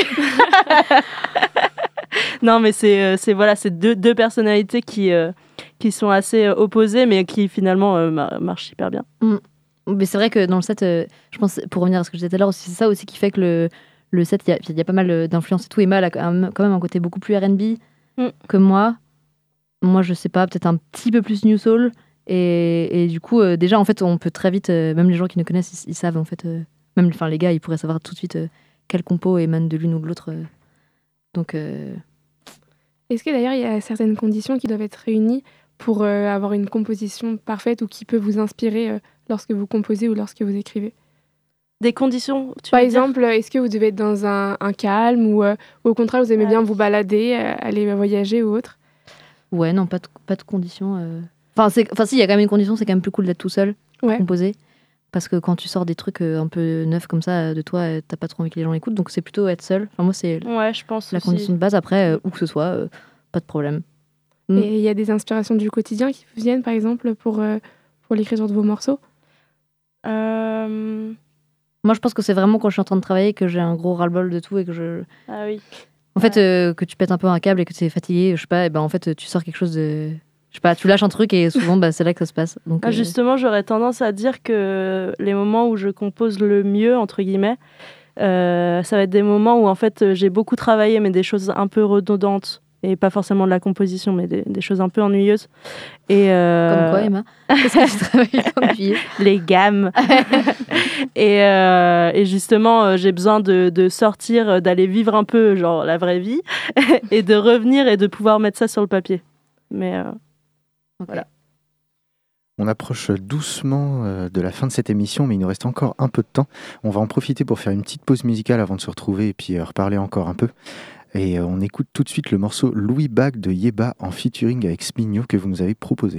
Non, mais c'est deux personnalités qui sont assez opposées, mais qui finalement marchent hyper bien. Mais c'est vrai que dans le set, je pense, pour revenir à ce que je disais tout à l'heure, c'est ça aussi qui fait que le set, il y a pas mal d'influences et tout. Emma, elle a quand même un côté beaucoup plus R&B que moi. Moi, je sais pas, peut-être un petit peu plus New Soul. Et du coup, déjà, en fait, on peut très vite, même les gens qui nous connaissent, ils savent, en fait, même les gars, ils pourraient savoir tout de suite quel compo émane de l'une ou de l'autre. Donc... Est-ce que d'ailleurs, il y a certaines conditions qui doivent être réunies pour avoir une composition parfaite ou qui peut vous inspirer lorsque vous composez ou lorsque vous écrivez? Des conditions, par exemple, est-ce que vous devez être dans un calme ou au contraire, vous aimez bien vous balader, aller voyager ou autre? Ouais, non, pas de conditions. Enfin, si, il y a quand même une condition, c'est quand même plus cool d'être tout seul, composer. Parce que quand tu sors des trucs un peu neufs comme ça de toi, t'as pas trop envie que les gens l'écoutent. Donc c'est plutôt être seul. Enfin, moi, c'est je pense la aussi. condition de base. Après, où que ce soit, pas de problème. Et il y a des inspirations du quotidien qui vous viennent, par exemple, pour l'écriture de vos morceaux? Moi, je pense que c'est vraiment quand je suis en train de travailler que j'ai un gros ras-le-bol de tout et que je... Ah oui. En fait, que tu pètes un peu un câble et que tu es fatigué, je sais pas, et ben en fait, tu sors quelque chose de... Je sais pas, tu lâches un truc et souvent, c'est là que ça se passe. Donc, Justement, j'aurais tendance à dire que les moments où je compose le mieux, entre guillemets, ça va être des moments où, en fait, j'ai beaucoup travaillé, mais des choses un peu redondantes. Et pas forcément de la composition, mais des choses un peu ennuyeuses. Et comme quoi, Emma? Qu'est-ce que tu travailles ennuyeux? Les gammes. et justement, j'ai besoin de sortir, d'aller vivre un peu genre la vraie vie, et de revenir et de pouvoir mettre ça sur le papier. Mais voilà. On approche doucement de la fin de cette émission, mais il nous reste encore un peu de temps. On va en profiter pour faire une petite pause musicale avant de se retrouver et puis reparler encore un peu. Et on écoute tout de suite le morceau Louis Bag de Yeba en featuring avec Smigno que vous nous avez proposé.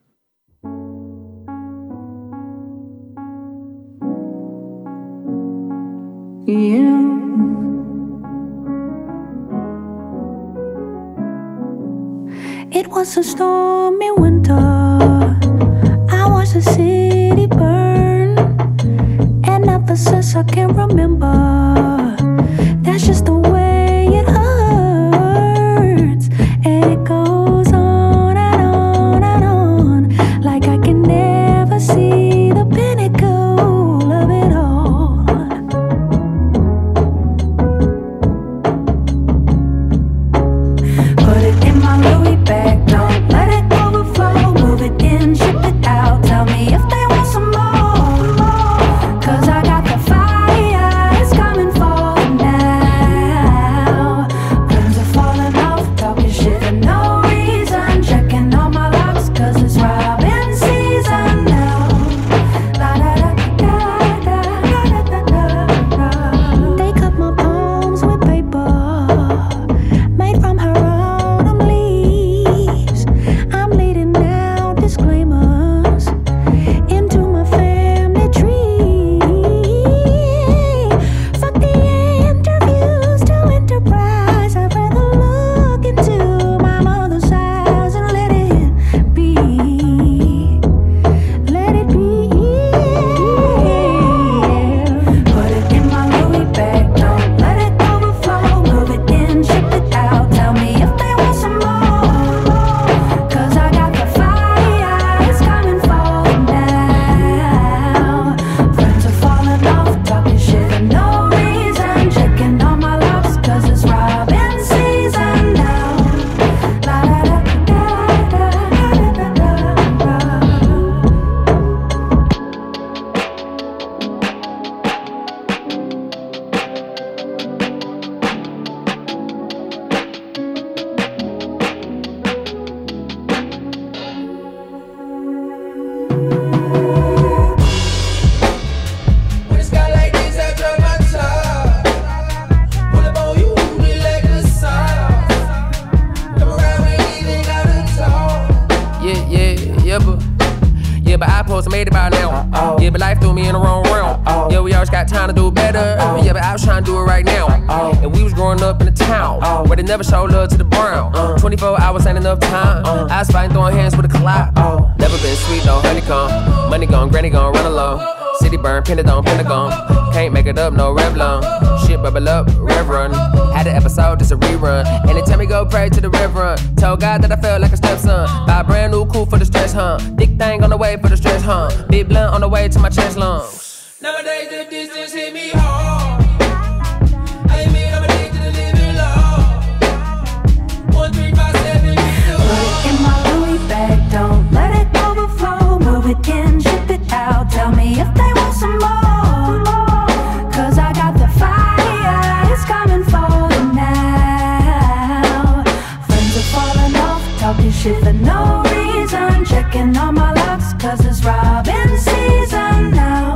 It was a stormy winter. I was a city burn, and ever since I can remember, that's just the way it hurts, and it goes on and on and on, like I can never see the pinnacle of it all. Put it in my Louis bag, don't let it overflow. Move it in, ship it out. Tell me if they want some more, 'cause I got the fire, it's coming for them now. Friends are falling off, talking shit for no reason. Checking all my locks, 'cause it's robbing season now. La da da da da da da da da. They cut my palms with paper made from her autumn leaves. I'm leading now disclaimers into my family tree. Fuck the interviews to Enterprise. I'd rather look into my mother's eyes and let it be. Let it be. Put it in my Louis bag, don't let it overflow. Move it in, ship it out. Tell me if they want some more, 'cause I got the fire, it's coming for them now. Friends are falling off, talking shit for no reason. Checking all my locks, 'cause it's robbing season now. La da da da da da da da. When it's got like this, I drop my top. Pull up on you, we like the sauce. Come around with anything out of talk. Yeah, but I supposed to made it by now. Yeah, but life threw me in the wrong realm. Yeah, we always got time to do better. Yeah, but I was trying to do it right now. And we was growing up in a town where they never showed love to the brown. 24 hours ain't enough time. I was fighting throwing hands with a clock. Never been sweet, no honeycomb. Money gone, granny gone, run along. City burn, painted on Pentagon. Can't make it up, no Revlon. Shit bubble up, Reverend. Had an episode, just a rerun. Anytime we go pray to the Reverend. Told God that I felt like a stepson. Buy a brand new coupe for the stress, huh? Dick thing on the way for the stress, huh? Big blunt on the way to my chest lungs. Nowadays the distance hit me hard. I admit I'm addicted to living low. 1, 3, 5, 7, Put it in my Louis bag, don't let it overflow. Move it in, ship it out. Tell me if they want some more. 'Cause I got the fire, it's coming for you now. Friends are falling off, talking shit for no reason. Checking all my locks, 'cause it's robbing season now.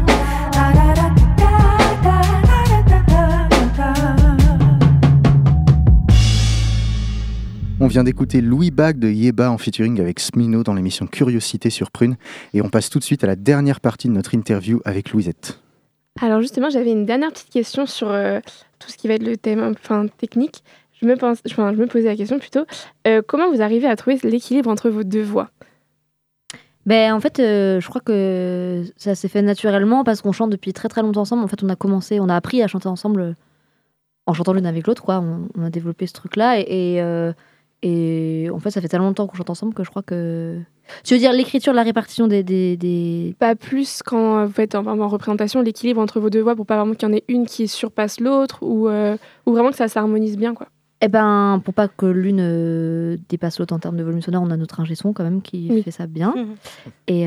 On vient d'écouter Louis Bag de Yeba en featuring avec Smino dans l'émission Curiosité sur Prune. Et on passe tout de suite à la dernière partie de notre interview avec Louisette. Alors justement, j'avais une dernière petite question sur tout ce qui va être le thème technique. Je me posais la question plutôt, comment vous arrivez à trouver l'équilibre entre vos deux voix ? En fait, je crois que ça s'est fait naturellement parce qu'on chante depuis très très longtemps ensemble. En fait, on a appris à chanter ensemble en chantant l'une avec l'autre, quoi. On a développé ce truc-là et en fait, ça fait tellement longtemps qu'on chante ensemble que je crois que... Tu veux dire l'écriture, la répartition des... Pas plus quand vous faites en représentation, l'équilibre entre vos deux voix pour pas vraiment qu'il y en ait une qui surpasse l'autre ou vraiment que ça s'harmonise bien, quoi. Pour pas que l'une dépasse l'autre en termes de volume sonore, on a notre ingé son quand même qui fait ça bien. Et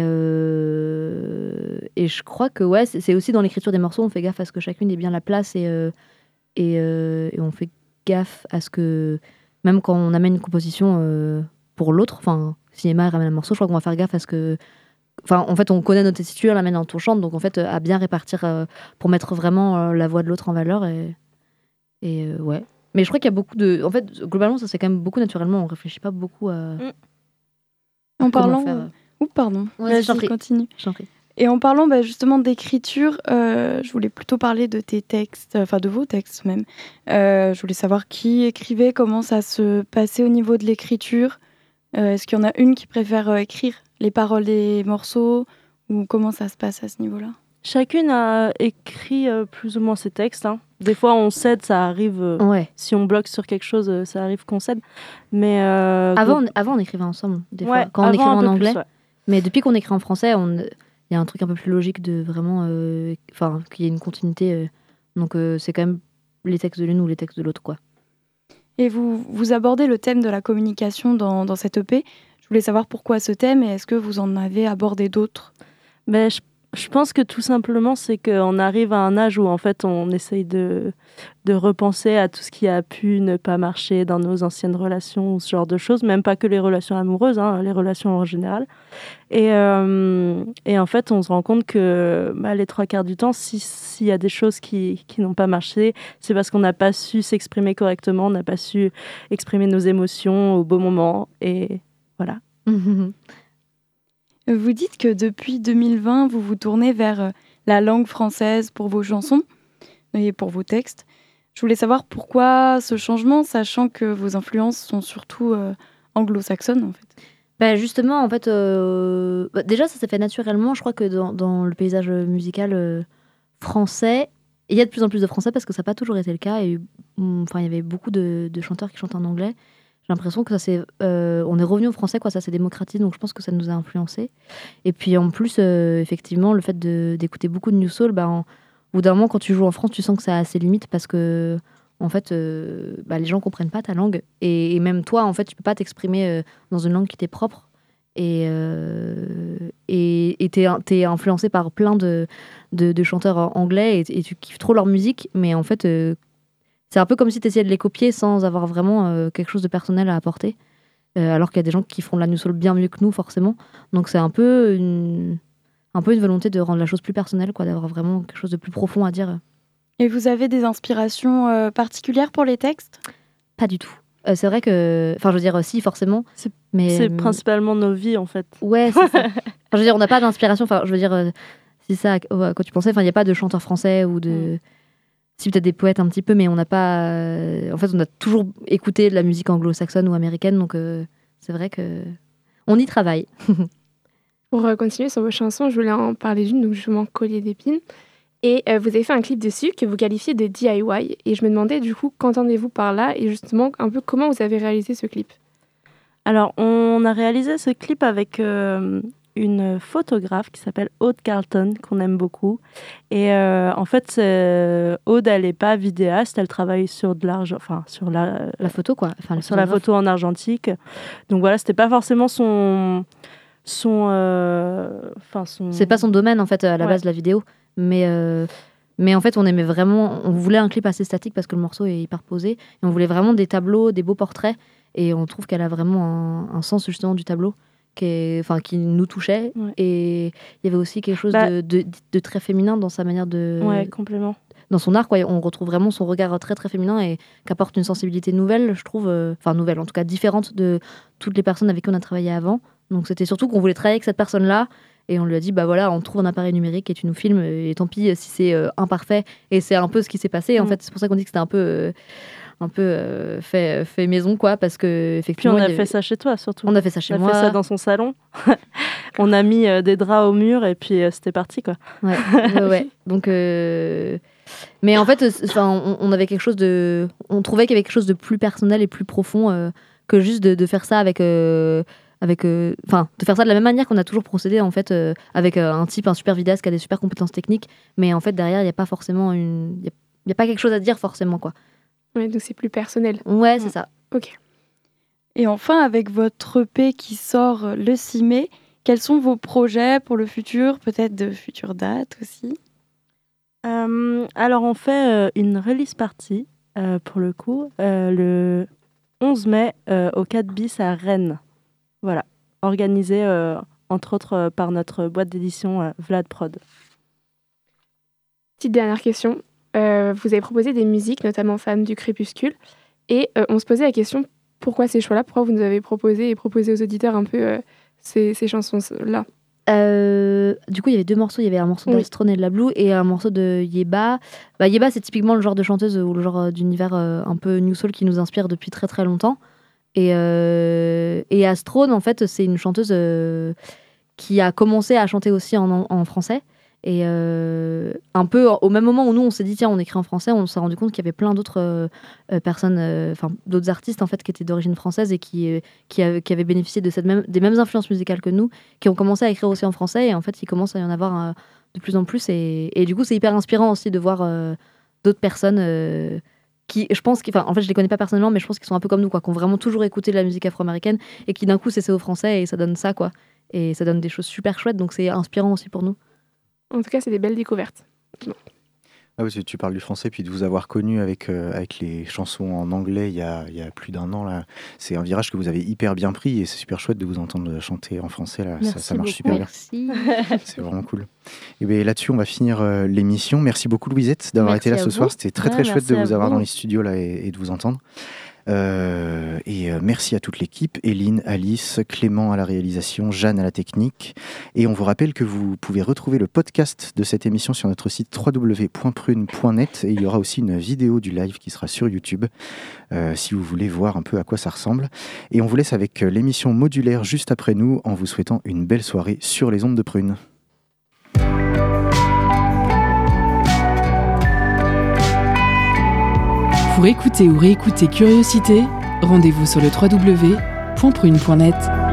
je crois que c'est aussi dans l'écriture des morceaux, on fait gaffe à ce que chacune ait bien la place et on fait gaffe à ce que, même quand on amène une composition pour l'autre, si Emma ramène un morceau, je crois qu'on va faire gaffe à ce que... en fait, on connaît notre tessiture, on l'amène dans ton chant, donc en fait, à bien répartir pour mettre vraiment la voix de l'autre en valeur. Ouais. Mais je crois qu'il y a beaucoup de... En fait, globalement, ça c'est quand même beaucoup naturellement. On réfléchit pas beaucoup à... En parlant... faire... pardon. Ouais, Vas-y, continue. J'en prie. Et en parlant justement d'écriture, je voulais plutôt parler de tes textes, de vos textes même. Je voulais savoir qui écrivait, comment ça se passait au niveau de l'écriture. Est-ce qu'il y en a une qui préfère écrire les paroles des morceaux ou comment ça se passe à ce niveau-là ? Chacune a écrit plus ou moins ses textes. Hein. Des fois, on cède, ça arrive. Si on bloque sur quelque chose, ça arrive qu'on cède. Mais avant, on écrivait ensemble, des fois, quand on écrivait en anglais. Plus, mais depuis qu'on écrit en français, il y a un truc un peu plus logique de vraiment... qu'il y ait une continuité. Donc, c'est quand même les textes de l'une ou les textes de l'autre, quoi. Et vous abordez le thème de la communication dans cette EP. Je voulais savoir pourquoi ce thème et est-ce que vous en avez abordé d'autres ? Je pense que tout simplement, c'est qu'on arrive à un âge où en fait on essaye de repenser à tout ce qui a pu ne pas marcher dans nos anciennes relations ou ce genre de choses, même pas que les relations amoureuses, hein, les relations en général. Et en fait, on se rend compte que les 3/4 du temps, s'il y a des choses qui n'ont pas marché, c'est parce qu'on n'a pas su s'exprimer correctement, on n'a pas su exprimer nos émotions au bon moment. Et voilà. Vous dites que depuis 2020, vous vous tournez vers la langue française pour vos chansons et pour vos textes. Je voulais savoir pourquoi ce changement, sachant que vos influences sont surtout anglo-saxonnes, en fait. Justement, en fait, déjà, ça s'est fait naturellement. Je crois que dans le paysage musical français, il y a de plus en plus de français parce que ça n'a pas toujours été le cas. Il y avait beaucoup de chanteurs qui chantent en anglais. J'ai l'impression que on est revenu au français, quoi, ça s'est démocratisé, donc je pense que ça nous a influencé. Et puis en plus, effectivement, le fait d'écouter beaucoup de New Soul, au bout d'un moment, quand tu joues en France, tu sens que ça a ses limites parce que, en fait, les gens comprennent pas ta langue. Et même toi, en fait, tu peux pas t'exprimer dans une langue qui t'est propre. Et t'es influencé par plein de chanteurs anglais et tu kiffes trop leur musique, mais en fait... c'est un peu comme si tu essayais de les copier sans avoir vraiment quelque chose de personnel à apporter. Alors qu'il y a des gens qui font de la New Soul bien mieux que nous, forcément. Donc c'est un peu une volonté de rendre la chose plus personnelle, quoi, d'avoir vraiment quelque chose de plus profond à dire. Et vous avez des inspirations particulières pour les textes ? Pas du tout. C'est vrai que... Enfin, je veux dire, si, forcément. C'est principalement nos vies, en fait. Ouais, c'est ça. Je veux dire, on n'a pas d'inspiration. Enfin, je veux dire, c'est ça, quand tu pensais. Enfin, il n'y a pas de chanteurs français ou de... Si, peut-être des poètes un petit peu, mais on n'a pas... En fait, on a toujours écouté de la musique anglo-saxonne ou américaine, donc c'est vrai que... On y travaille. Pour continuer sur vos chansons, je voulais en parler d'une, donc justement Collier d'épines. Et vous avez fait un clip dessus que vous qualifiez de DIY. Et je me demandais du coup, qu'entendez-vous par là et justement un peu comment vous avez réalisé ce clip? Alors, on a réalisé ce clip avec une photographe qui s'appelle Aude Carlton, qu'on aime beaucoup. Et en fait, Aude, elle n'est pas vidéaste, elle travaille sur de l'argent, enfin sur la photo, quoi. Enfin, sur la photo en argentique. Donc voilà, c'était pas forcément son C'est pas son domaine en fait à la base la vidéo, mais en fait on voulait un clip assez statique parce que le morceau est hyper posé et on voulait vraiment des tableaux, des beaux portraits et on trouve qu'elle a vraiment un sens justement du tableau qui nous touchait et il y avait aussi quelque chose de très féminin dans sa manière de complètement dans son art, quoi. On retrouve vraiment son regard très très féminin et qu'apporte une sensibilité nouvelle, je trouve, nouvelle, en tout cas différente de toutes les personnes avec qui on a travaillé avant. Donc c'était surtout qu'on voulait travailler avec cette personne-là et on lui a dit, bah voilà, on trouve un appareil numérique et tu nous filmes et tant pis si c'est imparfait. Et c'est un peu ce qui s'est passé. En fait, c'est pour ça qu'on dit que c'était un peu fait maison, quoi, parce que effectivement. Puis on a fait ça chez toi, surtout. On a fait ça chez moi. On a fait ça dans son salon. On a mis des draps au mur et puis c'était parti, quoi. Ouais. Donc, mais en fait, on avait quelque chose on trouvait qu'il y avait quelque chose de plus personnel et plus profond que juste de faire ça de faire ça de la même manière qu'on a toujours procédé en fait avec un super vidéaste qui a des super compétences techniques, mais en fait derrière il n'y a pas forcément il y a pas quelque chose à dire forcément, quoi. Ouais, donc c'est plus personnel. Ouais, c'est ça. Ok. Et enfin, avec votre EP qui sort le 6 mai, quels sont vos projets pour le futur, peut-être de futures dates aussi? Alors on fait une release party pour le coup le 11 mai au 4 bis à Rennes. Voilà, organisé entre autres par notre boîte d'édition Vlad Prod. Petite dernière question. Vous avez proposé des musiques, notamment Femmes du Crépuscule, et on se posait la question, pourquoi ces choix-là? Pourquoi vous nous avez proposé aux auditeurs un peu ces chansons-là? Du coup, il y avait deux morceaux. Il y avait un morceau d'Astron et de la Blue et un morceau de Yeba. Yeba, c'est typiquement le genre de chanteuse ou le genre d'univers un peu new soul qui nous inspire depuis très très longtemps. Et Astron, en fait, c'est une chanteuse qui a commencé à chanter aussi en français. Et un peu au même moment où nous on s'est dit tiens, on écrit en français, on s'est rendu compte qu'il y avait plein d'autres personnes, d'autres artistes en fait qui étaient d'origine française et qui avaient bénéficié de des mêmes influences musicales que nous, qui ont commencé à écrire aussi en français, et en fait il commence à y en avoir de plus en plus, et du coup c'est hyper inspirant aussi de voir d'autres personnes qui, je pense, en fait je les connais pas personnellement, mais je pense qu'ils sont un peu comme nous, quoi, qui ont vraiment toujours écouté de la musique afro-américaine et qui d'un coup s'essaient au français et ça donne ça, quoi, et ça donne des choses super chouettes, donc c'est inspirant aussi pour nous. En tout cas, c'est des belles découvertes. Bon. Ah oui, tu parles du français, puis de vous avoir connu avec les chansons en anglais il y a plus d'un an. Là. C'est un virage que vous avez hyper bien pris et c'est super chouette de vous entendre chanter en français. Là. Ça marche super bien. C'est vraiment cool. Et bien là-dessus, on va finir l'émission. Merci beaucoup, Louisette, d'avoir été là ce soir. C'était très chouette de vous avoir dans les studios là, et de vous entendre. Merci à toute l'équipe, Eline, Alice, Clément à la réalisation, Jeanne à la technique, et on vous rappelle que vous pouvez retrouver le podcast de cette émission sur notre site www.prune.net, et il y aura aussi une vidéo du live qui sera sur YouTube si vous voulez voir un peu à quoi ça ressemble. Et on vous laisse avec l'émission modulaire juste après nous, en vous souhaitant une belle soirée sur les ondes de Prune. Pour écouter ou réécouter Curiosité, rendez-vous sur le www.prune.net.